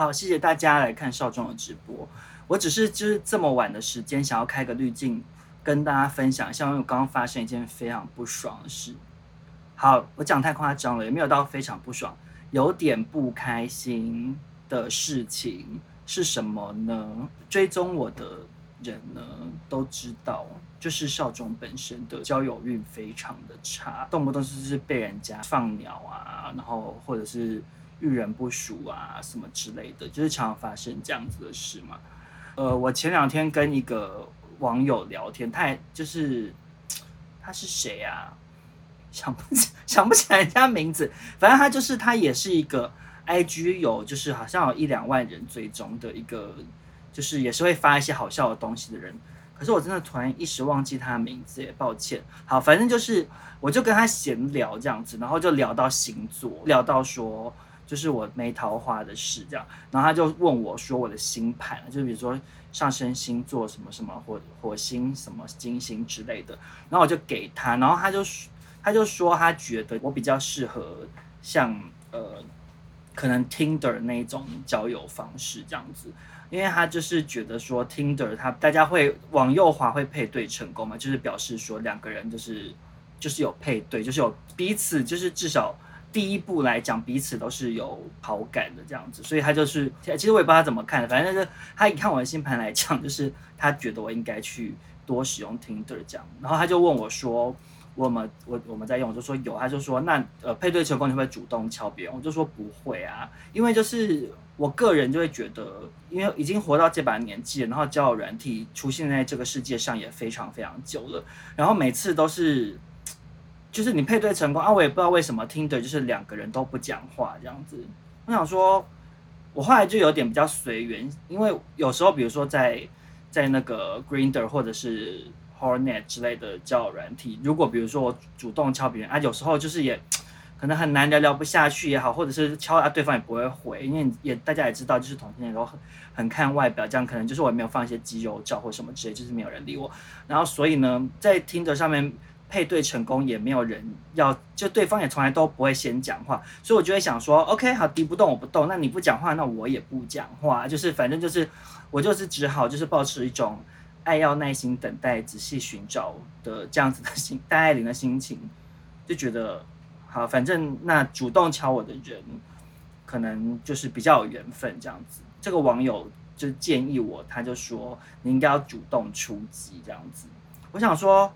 好，谢谢大家来看少中的直播。我只是就是这么晚的时间，想要开个滤镜跟大家分享一下，因为我刚刚发生一件非常不爽的事。好，我讲太夸张了，也没有到非常不爽，有点不开心的事情是什么呢？追踪我的人呢都知道，就是少中本身的交友运非常的差，动不动就是被人家放鸟啊，然后或者是遇人不淑啊什么之类的，就是常常发生这样子的事嘛。我前2天跟一个网友聊天，他是谁啊？想不起来人家名字，反正他也是一个 IG 有就是好像有1-2万人追踪的一个，就是也是会发一些好笑的东西的人。可是我真的突然一时忘记他的名字耶，抱歉。好，反正就是我就跟他闲聊这样子，然后就聊到星座，聊到说就是我没桃花的事这样，然后他就问我说我的星盘，就比如说上升星座什么什么火星什么金星之类的，然后我就给他，然后他就说他觉得我比较适合像可能 Tinder 那一种交友方式这样子，因为他就是觉得说 Tinder 大家会往右滑会配对成功嘛，就是表示说2个人就是有配对，就是有彼此就是至少第一步来讲彼此都是有好感的这样子，所以他就是其实我也不知道他怎么看的，反正就是他一看我的星盘来讲，就是他觉得我应该去多使用 Tinder 这样，然后他就问我说。我们在用，我就说有，他就说那配对成功你会不会主动敲别人？我就说不会啊，因为就是我个人就会觉得，因为已经活到这把年纪了，然后交友软体出现在这个世界上也非常非常久了，然后每次都是就是你配对成功啊，我也不知道为什么听的就是2个人都不讲话这样子。我想说，我后来就有点比较随缘，因为有时候比如说在那个 Grindr 或者是Hornet 之类的交友软体，如果比如说我主动敲别人啊，有时候就是也可能很难聊不下去也好，或者是敲啊对方也不会回，因为大家也知道，就是同性恋都很看外表，这样可能就是我也没有放一些肌肉照或什么之类，就是没有人理我。然后所以呢，在 Tinder 上面配对成功也没有人要，就对方也从来都不会先讲话，所以我就会想说 ，OK， 好，敌不动我不动，那你不讲话，那我也不讲话，就是反正就是我就是只好就是抱持一种。爱要耐心等待、仔细寻找的这样子的戴爱玲的心情，就觉得好，反正那主动敲我的人，可能就是比较有缘分这样子。这个网友就建议我，他就说你应该要主动出击这样子。我想说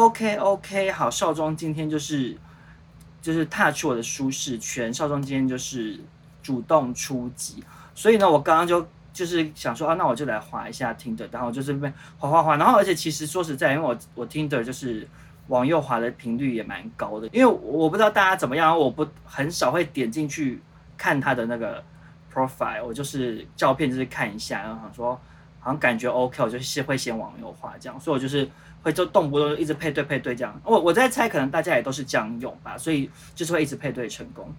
，OK， 好，少中今天就是踏出我的舒适圈，少中今天就是主动出击，所以呢，我刚刚就是想说啊，那我就来滑一下 Tinder， 然后就是滑，然后而且其实说实在，因为我 Tinder 就是往右滑的频率也蛮高的，因为我不知道大家怎么样，我很少会点进去看他的那个 profile， 我就是照片就是看一下，然后想说好像感觉 OK， 我就是会先往右滑这样，所以我就是会就动不动一直配对这样，我在猜可能大家也都是这样用吧，所以就是会一直配对成功。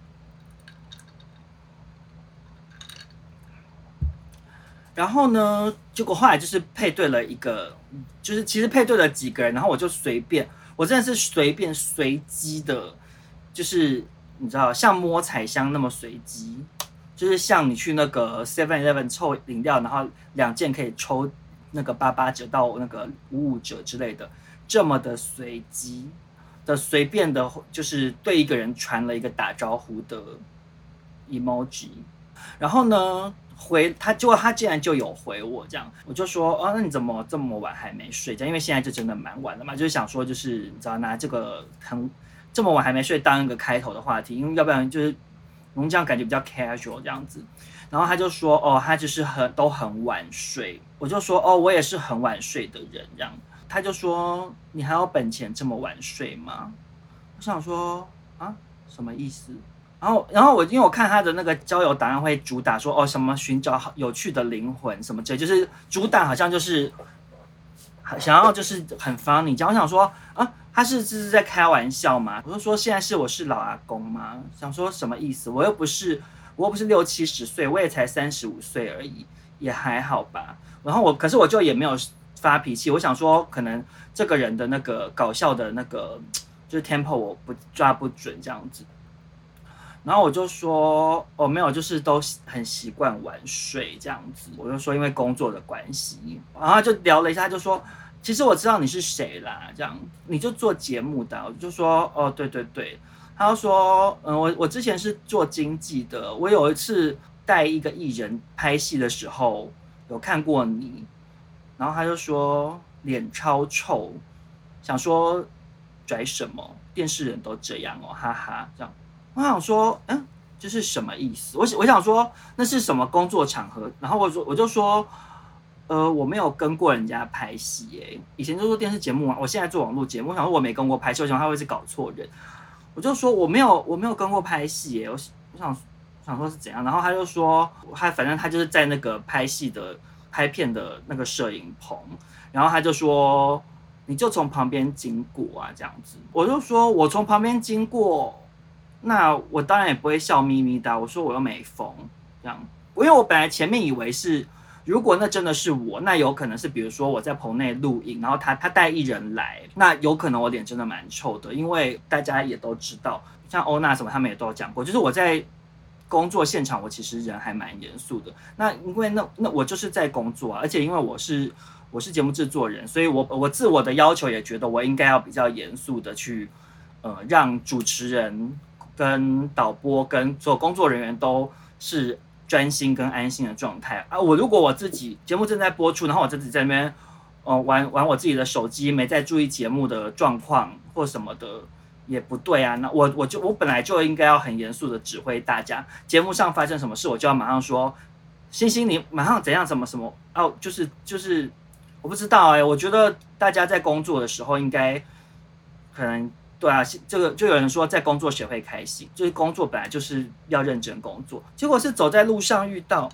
然后呢，结果后来就是配对了一个，就是其实配对了几个人，然后我就我真的是随机的，就是你知道像摸彩箱那么随机，就是像你去那个 7-Eleven 抽饮料，然后2件可以抽那个88折到那个55折之类的，这么的随机的随便的，就是对一个人传了一个打招呼的 emoji，然后呢？结果他竟然就有回我这样，我就说哦，那你怎么这么晚还没睡觉？因为现在就真的蛮晚了嘛，就是想说就是你知道拿这个这么晚还没睡当一个开头的话题，因为要不然就是我们这样感觉比较 casual 这样子。然后他就说哦，他就是都很晚睡，我就说哦，我也是很晚睡的人这样。他就说你还有本钱这么晚睡吗？我想说啊，什么意思？然后因为我看他的那个交友档案会主打说哦什么寻找有趣的灵魂什么之类，就是主打好像就是想要就是很 funny， 这样我想说啊他是在开玩笑吗？我就说现在我是老阿公吗？想说什么意思？我又不是60-70岁，我也才35岁而已，也还好吧。然后可是我就也没有发脾气，我想说可能这个人的那个搞笑的那个就是 tempo 我抓不准这样子。 然后我就说哦没有，就是都很习惯晚睡这样子。我就说因为工作的关系，然后就聊了一下，他就说其实我知道你是谁啦，这样你就做节目的。我就说哦对对对，他就说我之前是做经纪的，我有一次带一个艺人拍戏的时候有看过你，然后他就说脸超臭，想说拽什么，电视人都这样哦，哈哈，这样。我想说，这是什么意思？我想说那是什么工作场合？然后我就说，我没有跟过人家拍戏耶，以前就做电视节目嘛，我现在做网络节目，我想说我没跟过拍戏，我想他会是搞错人，我就说我没有跟过拍戏耶，我想说是怎样，然后他就说反正他就是在那个拍戏的拍片的那个摄影棚，然后他就说你就从旁边经过啊这样子，我就说我从旁边经过。那我当然也不会笑眯眯的，我说我又没疯，这样，因为我本来前面以为是，如果那真的是我，那有可能是比如说我在棚内录影，然后他带艺人来，那有可能我脸真的蛮臭的，因为大家也都知道，像欧娜什么他们也都有讲过，就是我在工作现场，我其实人还蛮严肃的。那因为那我就是在工作啊，而且因为我是节目制作人，所以我自我的要求也觉得我应该要比较严肃的去让主持人。跟导播跟所有工作人员都是专心跟安心的状态啊！如果我自己节目正在播出，然后我自己在那边玩我自己的手机，没在注意节目的状况或什么的，也不对啊。那我本来就应该要很严肃的指挥大家，节目上发生什么事，我就要马上说，星星你马上怎样什么什么哦，就是我不知道我觉得大家在工作的时候应该可能。对啊，这个就有人说在工作谁会开心？就是工作本来就是要认真工作，结果是走在路上遇到，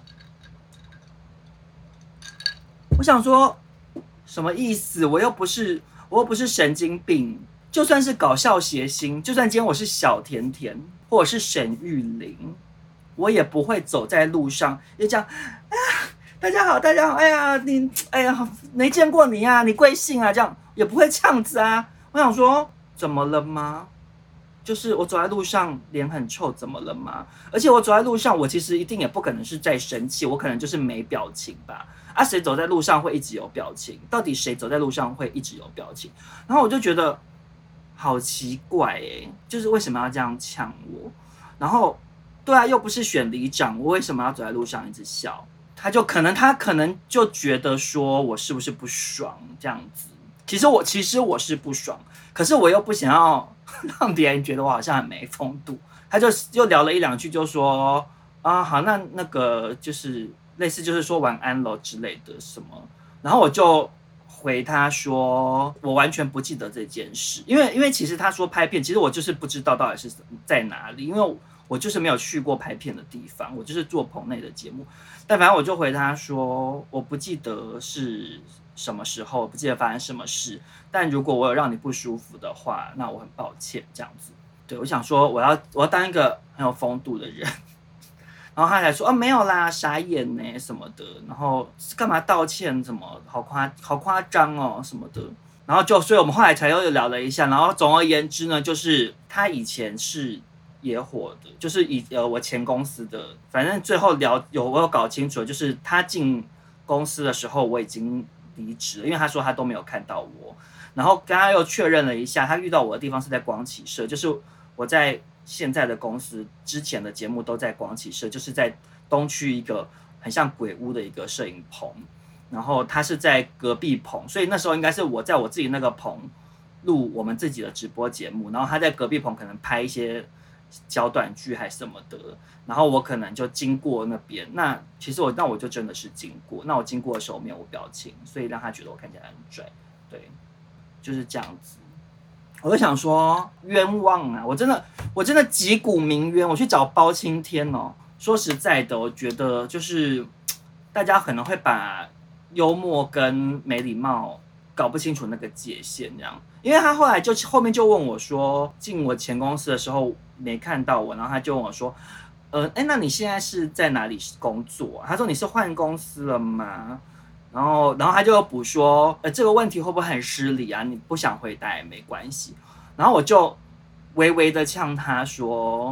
我想说什么意思？我又不是神经病，就算是搞笑谐星，就算今天我是小甜甜或者是沈玉琳，我也不会走在路上也讲，哎呀，大家好，大家好，哎呀，哎呀，没见过你啊，你贵姓啊？这样也不会这样子啊。我想说。怎么了吗？就是我走在路上脸很臭，怎么了吗？而且我走在路上，我其实一定也不可能是在生气，我可能就是没表情吧。啊，谁走在路上会一直有表情？到底谁走在路上会一直有表情？然后我就觉得好奇怪就是为什么要这样呛我？然后对啊，又不是选里长，我为什么要走在路上一直笑？他可能就觉得说我是不是不爽这样子？其实我是不爽。可是我又不想要让别人觉得我好像很没风度，他就聊了一两句，就说啊好，那个就是类似就是说晚安咯之类的什么，然后我就回他说我完全不记得这件事，因为其实他说拍片，其实我就是不知道到底是在哪里，因为我就是没有去过拍片的地方，我就是做棚内的节目，但反正我就回他说我不记得是。什么时候不记得发生什么事？但如果我有让你不舒服的话，那我很抱歉，这样子。对，我想说我要当一个很有风度的人，然后他才说没有啦，傻眼呢什么的，然后干嘛道歉？怎么好夸张哦什么的，然后所以我们后来才又聊了一下，然后总而言之呢，就是他以前是野火的，就是我前公司的，反正最后我有搞清楚，就是他进公司的时候我已经。离职了，因为他说他都没有看到我，然后跟他又确认了一下，他遇到我的地方是在光启社，就是我在现在的公司之前的节目都在光启社，就是在东区一个很像鬼屋的一个摄影棚，然后他是在隔壁棚，所以那时候应该是我在我自己那个棚录我们自己的直播节目，然后他在隔壁棚可能拍一些小短剧还是什么的。然后我可能就经过那边，那其实我就真的是经过，那我经过的时候没有表情，所以让他觉得我看起来很拽，对，就是这样子。我就想说冤枉啊，我真的击鼓鸣冤，我去找包青天哦。说实在的，我觉得就是大家可能会把幽默跟没礼貌搞不清楚那个界限，这样。因为他后面就问我说，进我前公司的时候没看到我，然后他就问我说。那你现在是在哪里工作啊？他说你是换公司了吗？然后他就补说，这个问题会不会很失礼啊？你不想回答也没关系。然后我就微微的呛他说，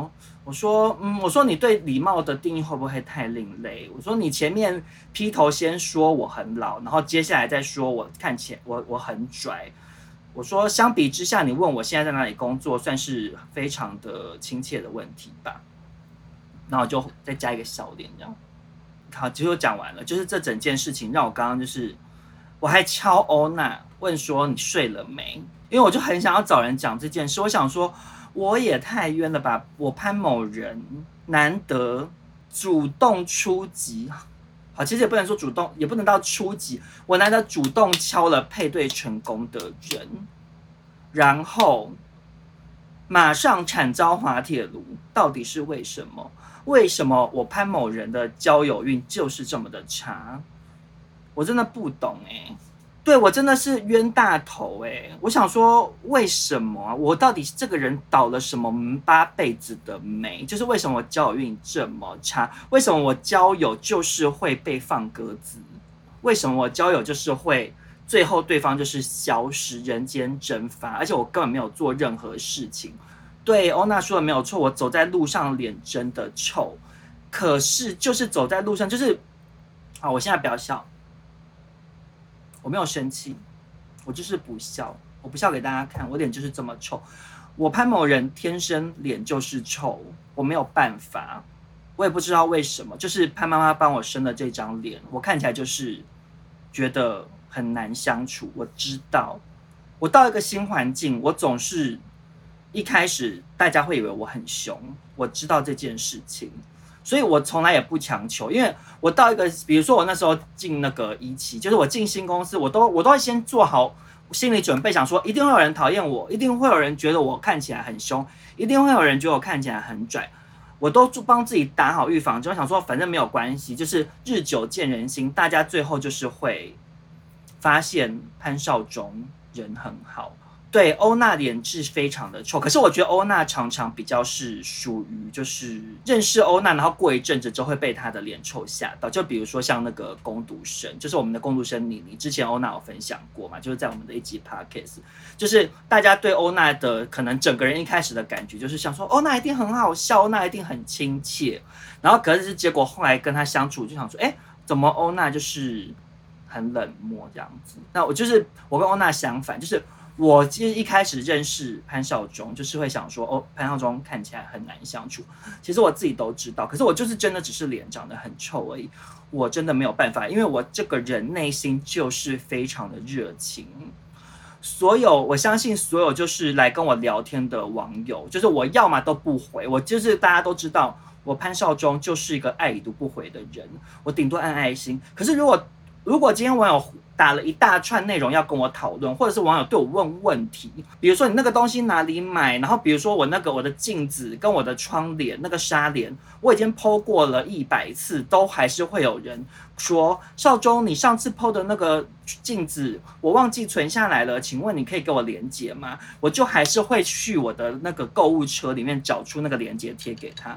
我说你对礼貌的定义会不会太另类？我说你前面劈头先说我很老，然后接下来再说我看起来我很拽。我说相比之下，你问我现在在哪里工作，算是非常的亲切的问题吧。然后就再加一个笑脸，这样。好，结果讲完了，就是这整件事情让我刚刚就是我还敲欧娜问说你睡了没？因为我就很想要找人讲这件事，我想说。我也太冤了吧！我潘某人难得主动出击，好，其实也不能说主动，也不能到出击，我难得主动敲了配对成功的人，然后马上惨遭滑铁卢，到底是为什么？为什么我潘某人的交友运就是这么的差？我真的不懂对我真的是冤大头我想说为什么啊？我到底这个人倒了什么八辈子的霉？就是为什么我交友运这么差？为什么我交友就是会被放鸽子？为什么我交友就是会最后对方就是消失人间蒸发？而且我根本没有做任何事情。对，欧娜说的没有错，我走在路上脸真的臭，可是就是走在路上就是好，我现在不要笑。我没有生气，我就是不笑，我不笑给大家看，我脸就是这么臭。我潘某人天生脸就是臭，我没有办法，我也不知道为什么，就是潘妈妈帮我生的这张脸，我看起来就是觉得很难相处。我知道，我到一个新环境，我总是一开始大家会以为我很凶，我知道这件事情。所以我从来也不强求，因为我到一个，比如说我那时候进那个1期，就是我进新公司，我都会先做好心理准备，想说一定会有人讨厌我，一定会有人觉得我看起来很凶，一定会有人觉得我看起来很拽，我都帮自己打好预防针，想说反正没有关系，就是日久见人心，大家最后就是会发现潘少忠人很好。对，欧娜脸质非常的臭，可是我觉得欧娜常常比较是属于就是认识欧娜，然后过一阵子之后会被她的脸臭吓到。就比如说像那个工读生，就是我们的工读生妮妮，之前欧娜有分享过嘛，就是在我们的一集 podcast， 就是大家对欧娜的可能整个人一开始的感觉就是想说欧娜一定很好笑，欧娜一定很亲切，然后可是结果后来跟她相处就想说，怎么欧娜就是很冷漠这样子？那我跟欧娜相反，就是我其实一开始认识潘少忠，就是会想说，潘少忠看起来很难相处。其实我自己都知道，可是我就是真的只是脸长得很臭而已，我真的没有办法，因为我这个人内心就是非常的热情。我相信所有就是来跟我聊天的网友，就是我要么都不回，我就是大家都知道，我潘少忠就是一个爱已读不回的人，我顶多按爱心。可是如果今天网友打了一大串内容要跟我讨论，或者是网友对我问问题，比如说你那个东西哪里买，然后比如说我的镜子跟我的窗帘那个纱帘，我已经 po 过了100次，都还是会有人说少忠，你上次 po 的那个镜子我忘记存下来了，请问你可以给我连结吗？我就还是会去我的那个购物车里面找出那个连结贴给他。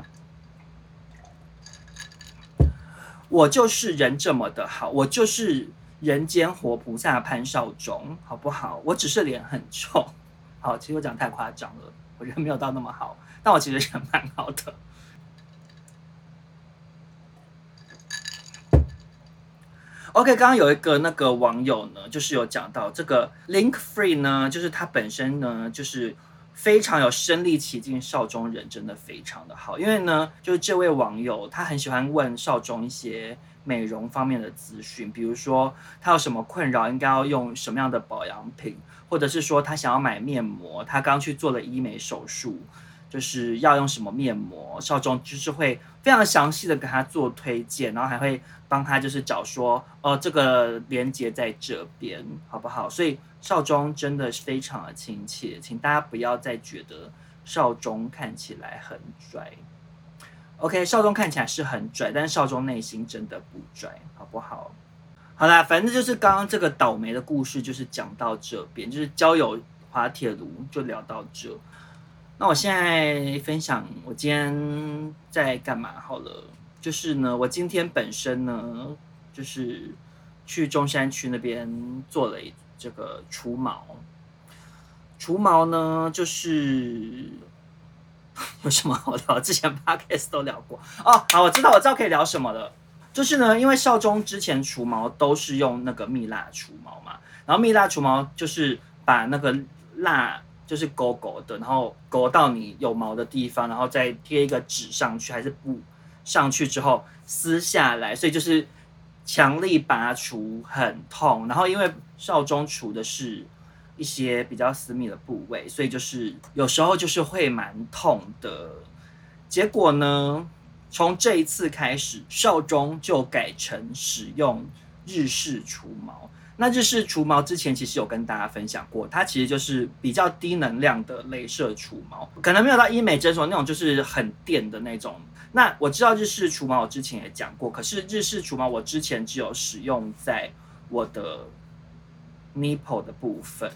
我就是人这么的好，我就是人间活菩萨潘少忠，好不好？我只是脸很臭。好，其实我讲太夸张了，我人没有到那么好，但我其实人蛮好的。OK， 刚刚有一个那个网友呢，就是有讲到这个 Link Free 呢，就是他本身呢，就是非常有身临其境，少忠人真的非常的好。因为呢，就是这位网友他很喜欢问少忠一些美容方面的资讯，比如说他有什么困扰，应该要用什么样的保养品，或者是说他想要买面膜，他刚去做了医美手术，就是要用什么面膜，少忠就是会非常详细的给他做推荐，然后还会帮他就是找说，这个连结在这边，好不好？所以少忠真的非常的亲切，请大家不要再觉得少忠看起来很拽。OK， 少忠看起来是很拽，但是少忠内心真的不拽，好不好？好啦，反正就是刚刚这个倒霉的故事，就是讲到这边，就是交友滑铁卢就聊到这。那我现在分享我今天在干嘛好了，就是呢，我今天本身呢，就是去中山区那边做了这个除毛。除毛呢，就是有什么好聊？之前 podcast 都聊过哦。好，我知道可以聊什么了。就是呢，因为少中之前除毛都是用那个蜜蜡除毛嘛，然后蜜蜡除毛就是把那个蜡就是勾勾的，然后勾到你有毛的地方，然后再贴一个纸上去，还是布上去之后撕下来，所以就是强力拔除，很痛。然后因为少中除的是一些比较私密的部位，所以就是有时候就是会蛮痛的。结果呢，从这一次开始，少中就改成使用日式除毛。那日式除毛之前其实有跟大家分享过，它其实就是比较低能量的雷射除毛，可能没有到医美诊所那种就是很电的那种。那我知道日式除毛我之前也讲过，可是日式除毛我之前只有使用在我的 nipple 的部分。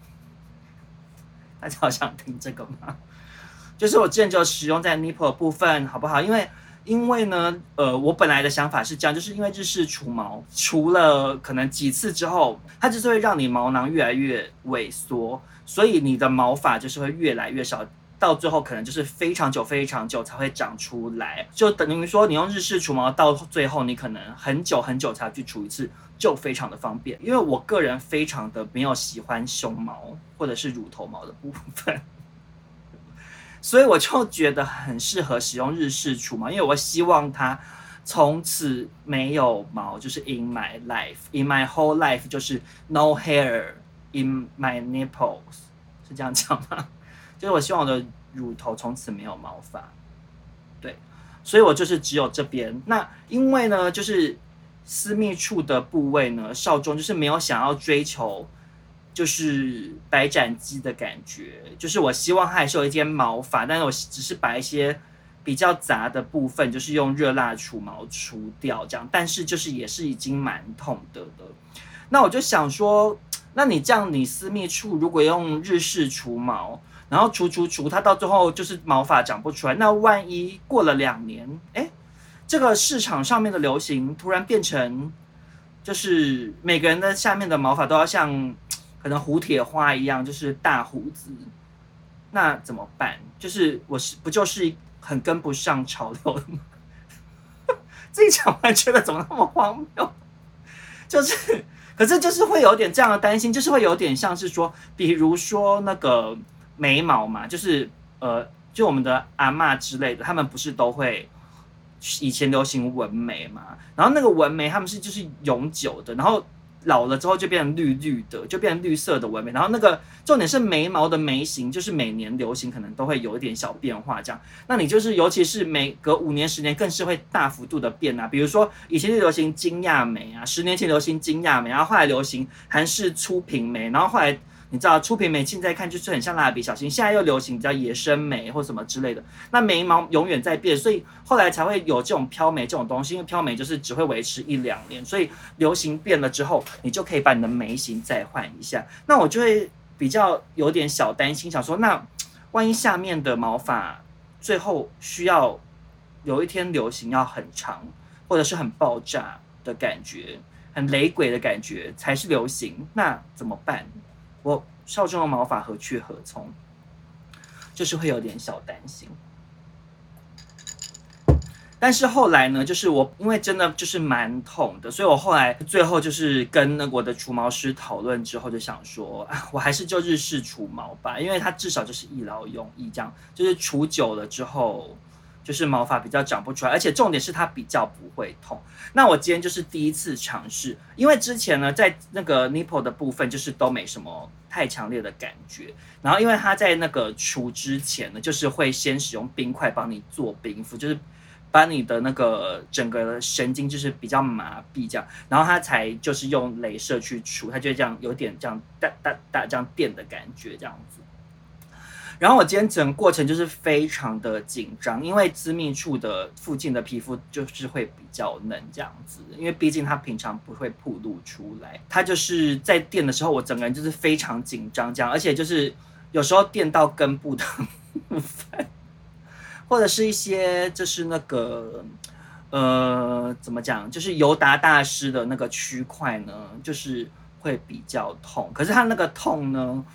大家好想听这个吗？就是我之前就使用在 nipple 的部分，好不好？因为呢，我本来的想法是这样，就是因为日式除毛，除了可能几次之后，它就是会让你毛囊越来越萎缩，所以你的毛发就是会越来越少，到最后可能就是非常久非常久才会长出来，就等于说你用日式除毛到最后，你可能很久很久才去除一次，就非常的方便。因为我个人非常的没有喜欢胸毛或者是乳头毛的部分。所以我就觉得很适合使用日式除毛，因为我希望它从此没有毛，就是 in my life，in my whole life 就是 no hair in my nipples， 是这样讲吗？就是我希望我的乳头从此没有毛发，对，所以我就是只有这边。那因为呢，就是私密处的部位呢，少中就是没有想要追求。就是白斩鸡的感觉，就是我希望它还是有一间毛发，但是我只是把一些比较杂的部分，就是用热蜡除毛除掉这样，但是就是也是已经蛮痛的了。那我就想说，那你这样你私密处如果用日式除毛，然后除，它到最后就是毛发长不出来，那万一过了2年，这个市场上面的流行突然变成，就是每个人的下面的毛发都要像。可能胡铁花一样，就是大胡子，那怎么办？就是不就是很跟不上潮流的吗？自己讲完觉得怎么那么荒谬？就是，可是就是会有点这样的担心，就是会有点像是说，比如说那个眉毛嘛，就是就我们的阿嬷之类的，他们不是都会以前流行纹眉嘛，然后那个纹眉他们是就是永久的，然后。老了之后就变成绿绿的，就变成绿色的纹眉。然后那个重点是眉毛的眉形，就是每年流行可能都会有一点小变化这样。那你就是尤其是每隔5年10年更是会大幅度的变啊。比如说以前就流行金亚眉啊，10年前流行金亚眉，然后后来流行韩式粗平眉，然后后来你知道粗平眉现在看就是很像蜡笔小新，现在又流行比较野生眉或什么之类的。那眉毛永远在变，所以后来才会有这种飘眉这种东西。因为飘眉就是只会维持1-2年，所以流行变了之后，你就可以把你的眉形再换一下。那我就会比较有点小担心，想说那万一下面的毛发最后需要有一天流行要很长，或者是很爆炸的感觉，很雷鬼的感觉才是流行，那怎么办？我少中的毛发何去何从？就是会有点小担心。但是后来呢，就是我因为真的就是蛮痛的，所以我后来最后就是跟我的除毛师讨论之后，就想说，我还是就日式除毛吧，因为它至少就是一劳永逸，这样就是除久了之后，就是毛发比较长不出来，而且重点是它比较不会痛。那我今天就是第一次尝试，因为之前呢，在那个 nipple 的部分就是都没什么太强烈的感觉，然后因为它在那个除之前呢，就是会先使用冰块帮你做冰敷，就是把你的那个整个神经就是比较麻痹这样，然后它才就是用雷射去除，它就会这样有点这样哒哒哒这样电的感觉这样子。然后我今天整个过程就是非常的紧张，因为私密处的附近的皮肤就是会比较嫩这样子，因为毕竟它平常不会暴露出来。它就是在电的时候，我整个人就是非常紧张这样，而且就是有时候电到根部的部分，或者是一些就是那个怎么讲，就是尤达大师的那个区块呢，就是会比较痛。可是它那个痛呢，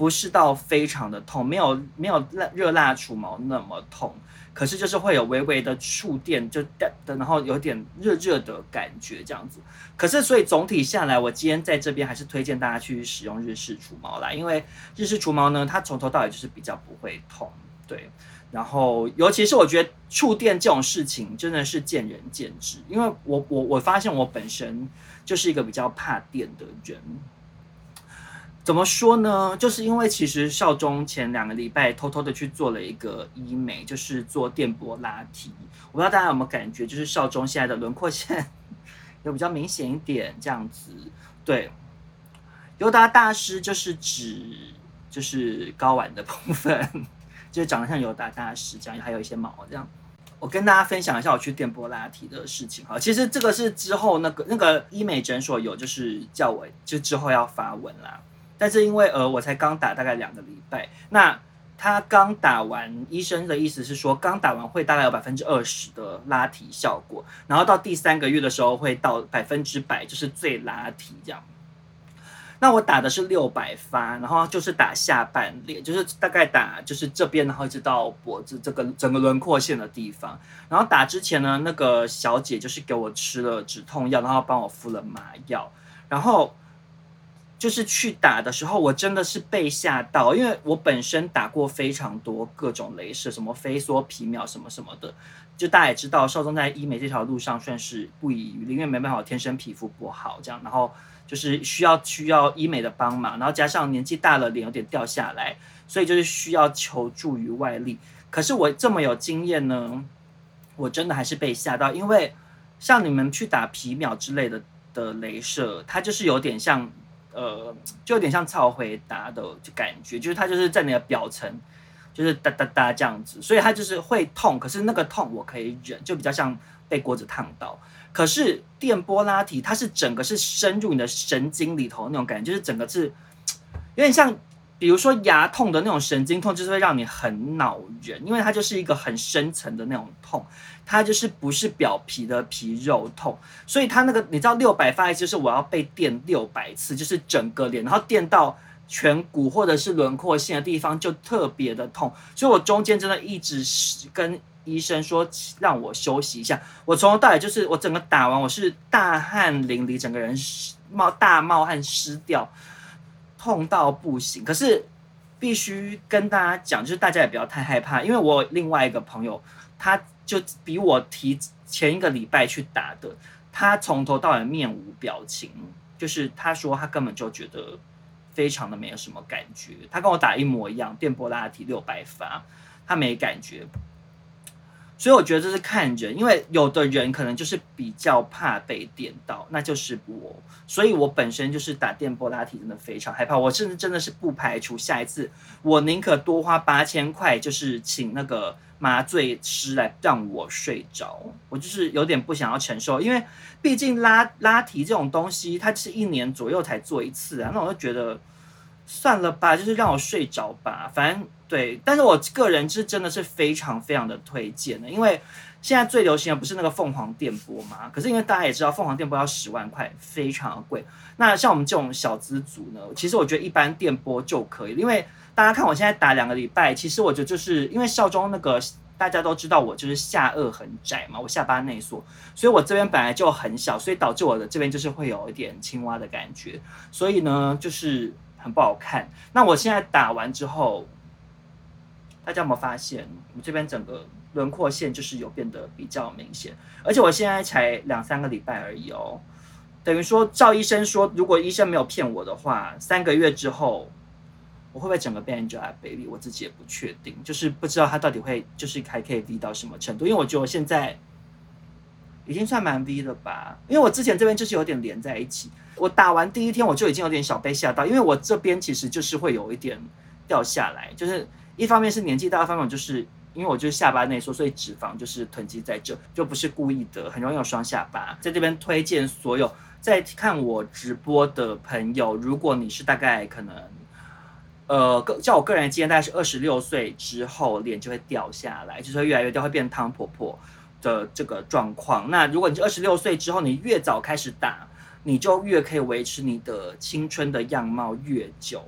不是到非常的痛，没有热蜡除毛那么痛，可是就是会有微微的触电，然后有点热热的感觉这样子。可是所以总体下来，我今天在这边还是推荐大家去使用日式除毛啦，因为日式除毛呢，它从头到尾就是比较不会痛，对。然后，尤其是我觉得触电这种事情真的是见仁见智，因为我发现我本身就是一个比较怕电的人。怎么说呢？就是因为其实少中前2个礼拜偷偷的去做了一个医美，就是做电波拉提。我不知道大家有没有感觉，就是少中现在的轮廓线有比较明显一点，这样子。对，尤达大师就是指就是睾丸的部分，就是长得像尤达大师这样，还有一些毛这样。我跟大家分享一下我去电波拉提的事情哈。其实这个是之后那个医美诊所有就是叫我就之后要发文啦。但是因为我才刚打大概2个礼拜，那他刚打完，医生的意思是说刚打完会大概有20%的拉提效果，然后到第3个月的时候会到100%，就是最拉提这样。那我打的是600发，然后就是打下半脸，就是大概打就是这边，然后一直到脖子这个整个轮廓线的地方。然后打之前呢，那个小姐就是给我吃了止痛药，然后帮我敷了麻药，然后就是去打的时候，我真的是被吓到，因为我本身打过非常多各种雷射，什么飞梭、皮秒什么什么的，就大家也知道，少中在医美这条路上算是不遗余力，因为没办法，天生皮肤不好这样，然后就是需要医美的帮忙，然后加上年纪大了，脸有点掉下来，所以就是需要求助于外力。可是我这么有经验呢，我真的还是被吓到，因为像你们去打皮秒之类的雷射，它就是有点像。就有点像超回答的感觉，就是它就是在你的表层，就是哒哒哒这样子，所以它就是会痛，可是那个痛我可以忍，就比较像被锅子烫到。可是电波拉提，它是整个是深入你的神经里头那种感觉，就是整个是有点像，比如说牙痛的那种神经痛，就是会让你很恼人，因为它就是一个很深层的那种痛。它就是不是表皮的皮肉痛，所以它那个你知道600发就是我要被电600次，就是整个脸，然后电到颧骨或者是轮廓线的地方就特别的痛，所以我中间真的一直跟医生说让我休息一下。我从头到尾就是我整个打完我是大汗淋漓，整个人大冒汗湿掉，痛到不行。可是必须跟大家讲，就是大家也不要太害怕，因为我有另外一个朋友，他就比我提前1个礼拜去打的，他从头到尾面无表情，就是他说他根本就觉得非常的没有什么感觉，他跟我打一模一样，电波拉提600发，他没感觉。所以我觉得这是看人，因为有的人可能就是比较怕被电到，那就是我。所以我本身就是打电波拉提真的非常害怕，我甚至真的是不排除下一次，我宁可多花8000块，就是请那个麻醉师来让我睡着。我就是有点不想要承受，因为毕竟拉提这种东西，它是1年左右才做一次啊，那我就觉得算了吧，就是让我睡着吧，反正。对，但是我个人是真的是非常非常的推荐的，因为现在最流行的不是那个凤凰电波嘛？可是因为大家也知道凤凰电波要10万块，非常的贵。那像我们这种小资族呢，其实我觉得一般电波就可以，因为大家看我现在打2个礼拜，其实我觉得就是因为少中那个大家都知道我就是下颚很窄嘛，我下巴内缩，所以我这边本来就很小，所以导致我的这边就是会有一点青蛙的感觉，所以呢就是很不好看。那我现在打完之后。大家有没有发现，我这边整个轮廓线就是有变得比较明显，而且我现在才2-3个礼拜而已哦，等于说赵医生说，如果医生没有骗我的话，3个月之后，我会不会整个变 Angelababy， 我自己也不确定，就是不知道他到底会就是还可以 V 到什么程度，因为我觉得我现在已经算蛮 V 了吧，因为我之前这边就是有点连在一起，我打完第1天我就已经有点小被吓到，因为我这边其实就是会有一点掉下来，就是一方面是年纪大，一方面就是因为我就是下巴内缩，所以脂肪就是囤积在这，就不是故意的，很容易有双下巴。在这边推荐所有在看我直播的朋友，如果你是大概可能，照我个人的经验，大概是26岁之后脸就会掉下来，就是会越来越掉，会变汤婆婆的这个状况。那如果你是26岁之后，你越早开始打，你就越可以维持你的青春的样貌越久。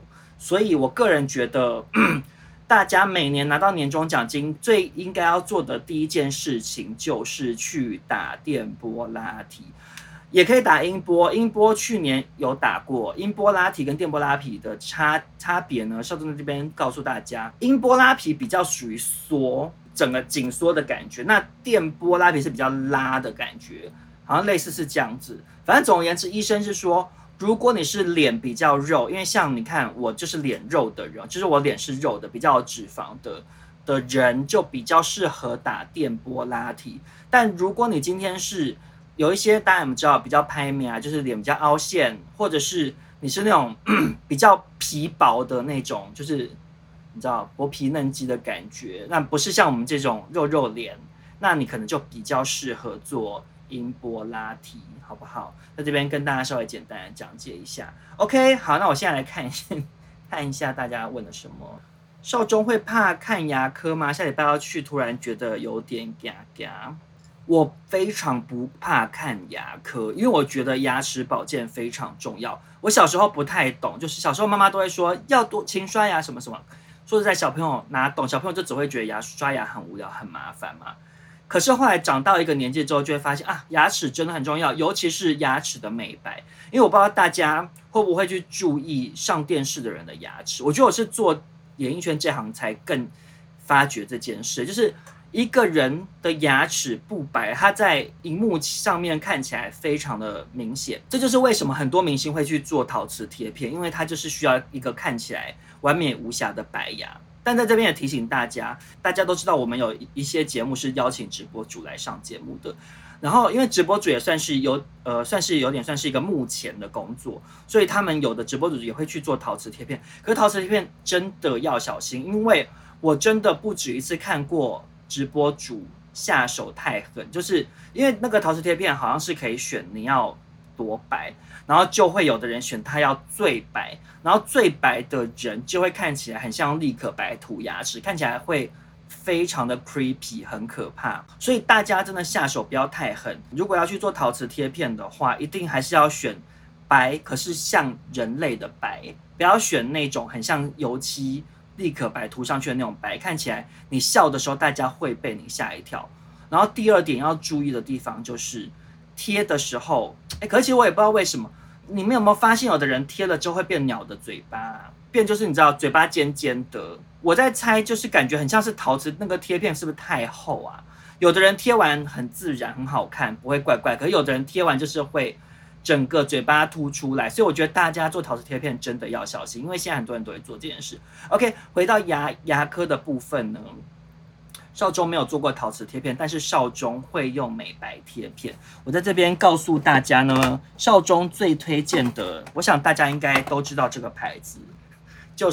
所以我个人觉得，大家每年拿到年终奖金，最应该要做的第一件事情就是去打电波拉提。也可以打音波，音波去年有打过，音波拉提跟电波拉提的差别呢，少中在这边告诉大家，音波拉提比较属于缩，整个紧缩的感觉，那电波拉提是比较拉的感觉，好像类似是这样子。反正总而言之，医生是说，如果你是脸比较肉，因为像你看我就是脸肉的人，就是我脸是肉的，比较有脂肪的人，就比较适合打电波拉提。但如果你今天是有一些大家有没有知道比较拍面啊，就是脸比较凹陷，或者是你是那种比较皮薄的那种，就是你知道薄皮嫩肌的感觉，那不是像我们这种肉肉脸，那你可能就比较适合做音波拉提，好不好？在这边跟大家稍微简单的讲解一下。OK， 好，那我现在来看一下大家问了什么。少中会怕看牙科吗？下礼拜要去，突然觉得有点嘎嘎。我非常不怕看牙科，因为我觉得牙齿保健非常重要。我小时候不太懂，就是小时候妈妈都会说要多勤刷牙什么什么。说实在，小朋友哪懂？小朋友就只会觉得刷牙很无聊、很麻烦嘛。可是后来长到一个年纪之后，就会发现啊，牙齿真的很重要，尤其是牙齿的美白。因为我不知道大家会不会去注意上电视的人的牙齿。我觉得我是做演艺圈这行才更发觉这件事，就是一个人的牙齿不白，他在荧幕上面看起来非常的明显。这就是为什么很多明星会去做陶瓷贴片，因为他就是需要一个看起来完美无瑕的白牙。但在这边也提醒大家，大家都知道我们有一些节目是邀请直播主来上节目的，然后因为直播主也算是有点算是一个幕前的工作，所以他们有的直播主也会去做陶瓷贴片。可是陶瓷贴片真的要小心，因为我真的不止一次看过直播主下手太狠，就是因为那个陶瓷贴片好像是可以选你要多白，然后就会有的人选他要最白，然后最白的人就会看起来很像立可白涂牙齿，看起来会非常的 creepy， 很可怕。所以大家真的下手不要太狠，如果要去做陶瓷贴片的话，一定还是要选白，可是像人类的白，不要选那种很像油漆立可白涂上去的那种白，看起来你笑的时候大家会被你吓一跳。然后第二点要注意的地方就是贴的时候，可是其实我也不知道为什么，你们有没有发现有的人贴了之后会变鸟的嘴巴，变就是你知道嘴巴尖尖的。我在猜，就是感觉很像是陶瓷那个贴片是不是太厚啊？有的人贴完很自然很好看，不会怪怪，可是有的人贴完就是会整个嘴巴凸出来，所以我觉得大家做陶瓷贴片真的要小心，因为现在很多人都会做这件事。OK， 回到牙科的部分呢，少中没有做过陶瓷贴片，但是少中会用美白贴片。我在这边告诉大家呢，少中最推荐的，我想大家应该都知道这个牌子，就是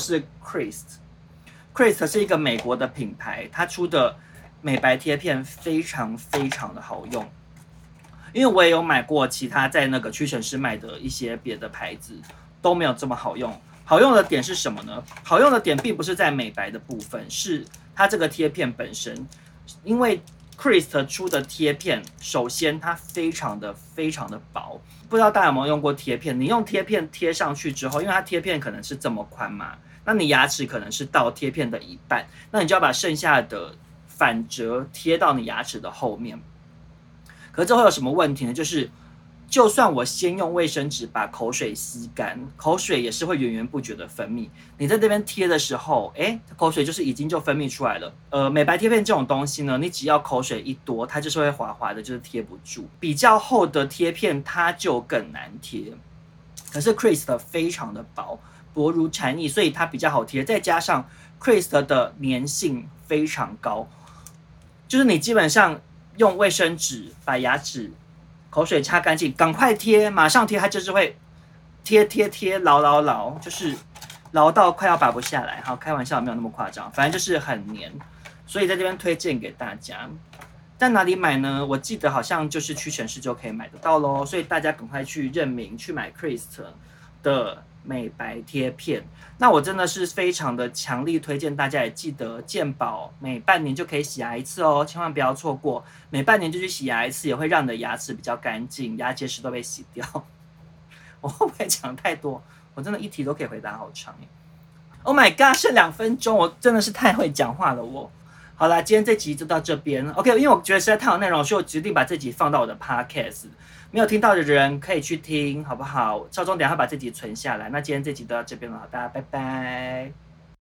Crest。Crest 是一个美国的品牌，它出的美白贴片非常非常的好用。因为我也有买过其他在那个屈臣氏卖的一些别的牌子，都没有这么好用。好用的点是什么呢？好用的点并不是在美白的部分，是它这个贴片本身。因为 Crest 出的贴片，首先它非常的薄，不知道大家有没有用过贴片？你用贴片贴上去之后，因为它贴片可能是这么宽嘛，那你牙齿可能是到贴片的一半，那你就要把剩下的反折贴到你牙齿的后面。可是这会有什么问题呢？就是就算我先用卫生纸把口水吸干，口水也是会源源不绝的分泌。你在这边贴的时候，口水就是已经就分泌出来了。美白贴片这种东西呢，你只要口水一多，它就是会滑滑的，就是贴不住。比较厚的贴片它就更难贴。可是 Crest 非常的薄，薄如蝉翼，所以它比较好贴。再加上 Crest 的粘性非常高，就是你基本上用卫生纸把牙齿口水擦干净，赶快贴，马上贴，它就是会贴牢，就是牢到快要拔不下来。好，开玩笑，没有那么夸张，反正就是很黏。所以在这边推荐给大家。在哪里买呢？我记得好像就是屈臣氏就可以买得到咯，所以大家赶快去认明，去买 Crest 的美白贴片。那我真的是非常的强力推荐大家，也记得健保每半年就可以洗牙一次哦，千万不要错过。每半年就去洗牙一次，也会让你的牙齿比较干净，牙结石都被洗掉。我会不会讲太多？我真的一题都可以回答好长耶。 Oh my god，剩2分钟，我真的是太会讲话了我。好啦，今天这集就到这边。OK，因为我觉得实在太有内容，所以我决定把这集放到我的 Podcast。没有听到的人可以去听，好不好？少中等一下会把这集存下来。那今天这集就到这边了，大家拜拜。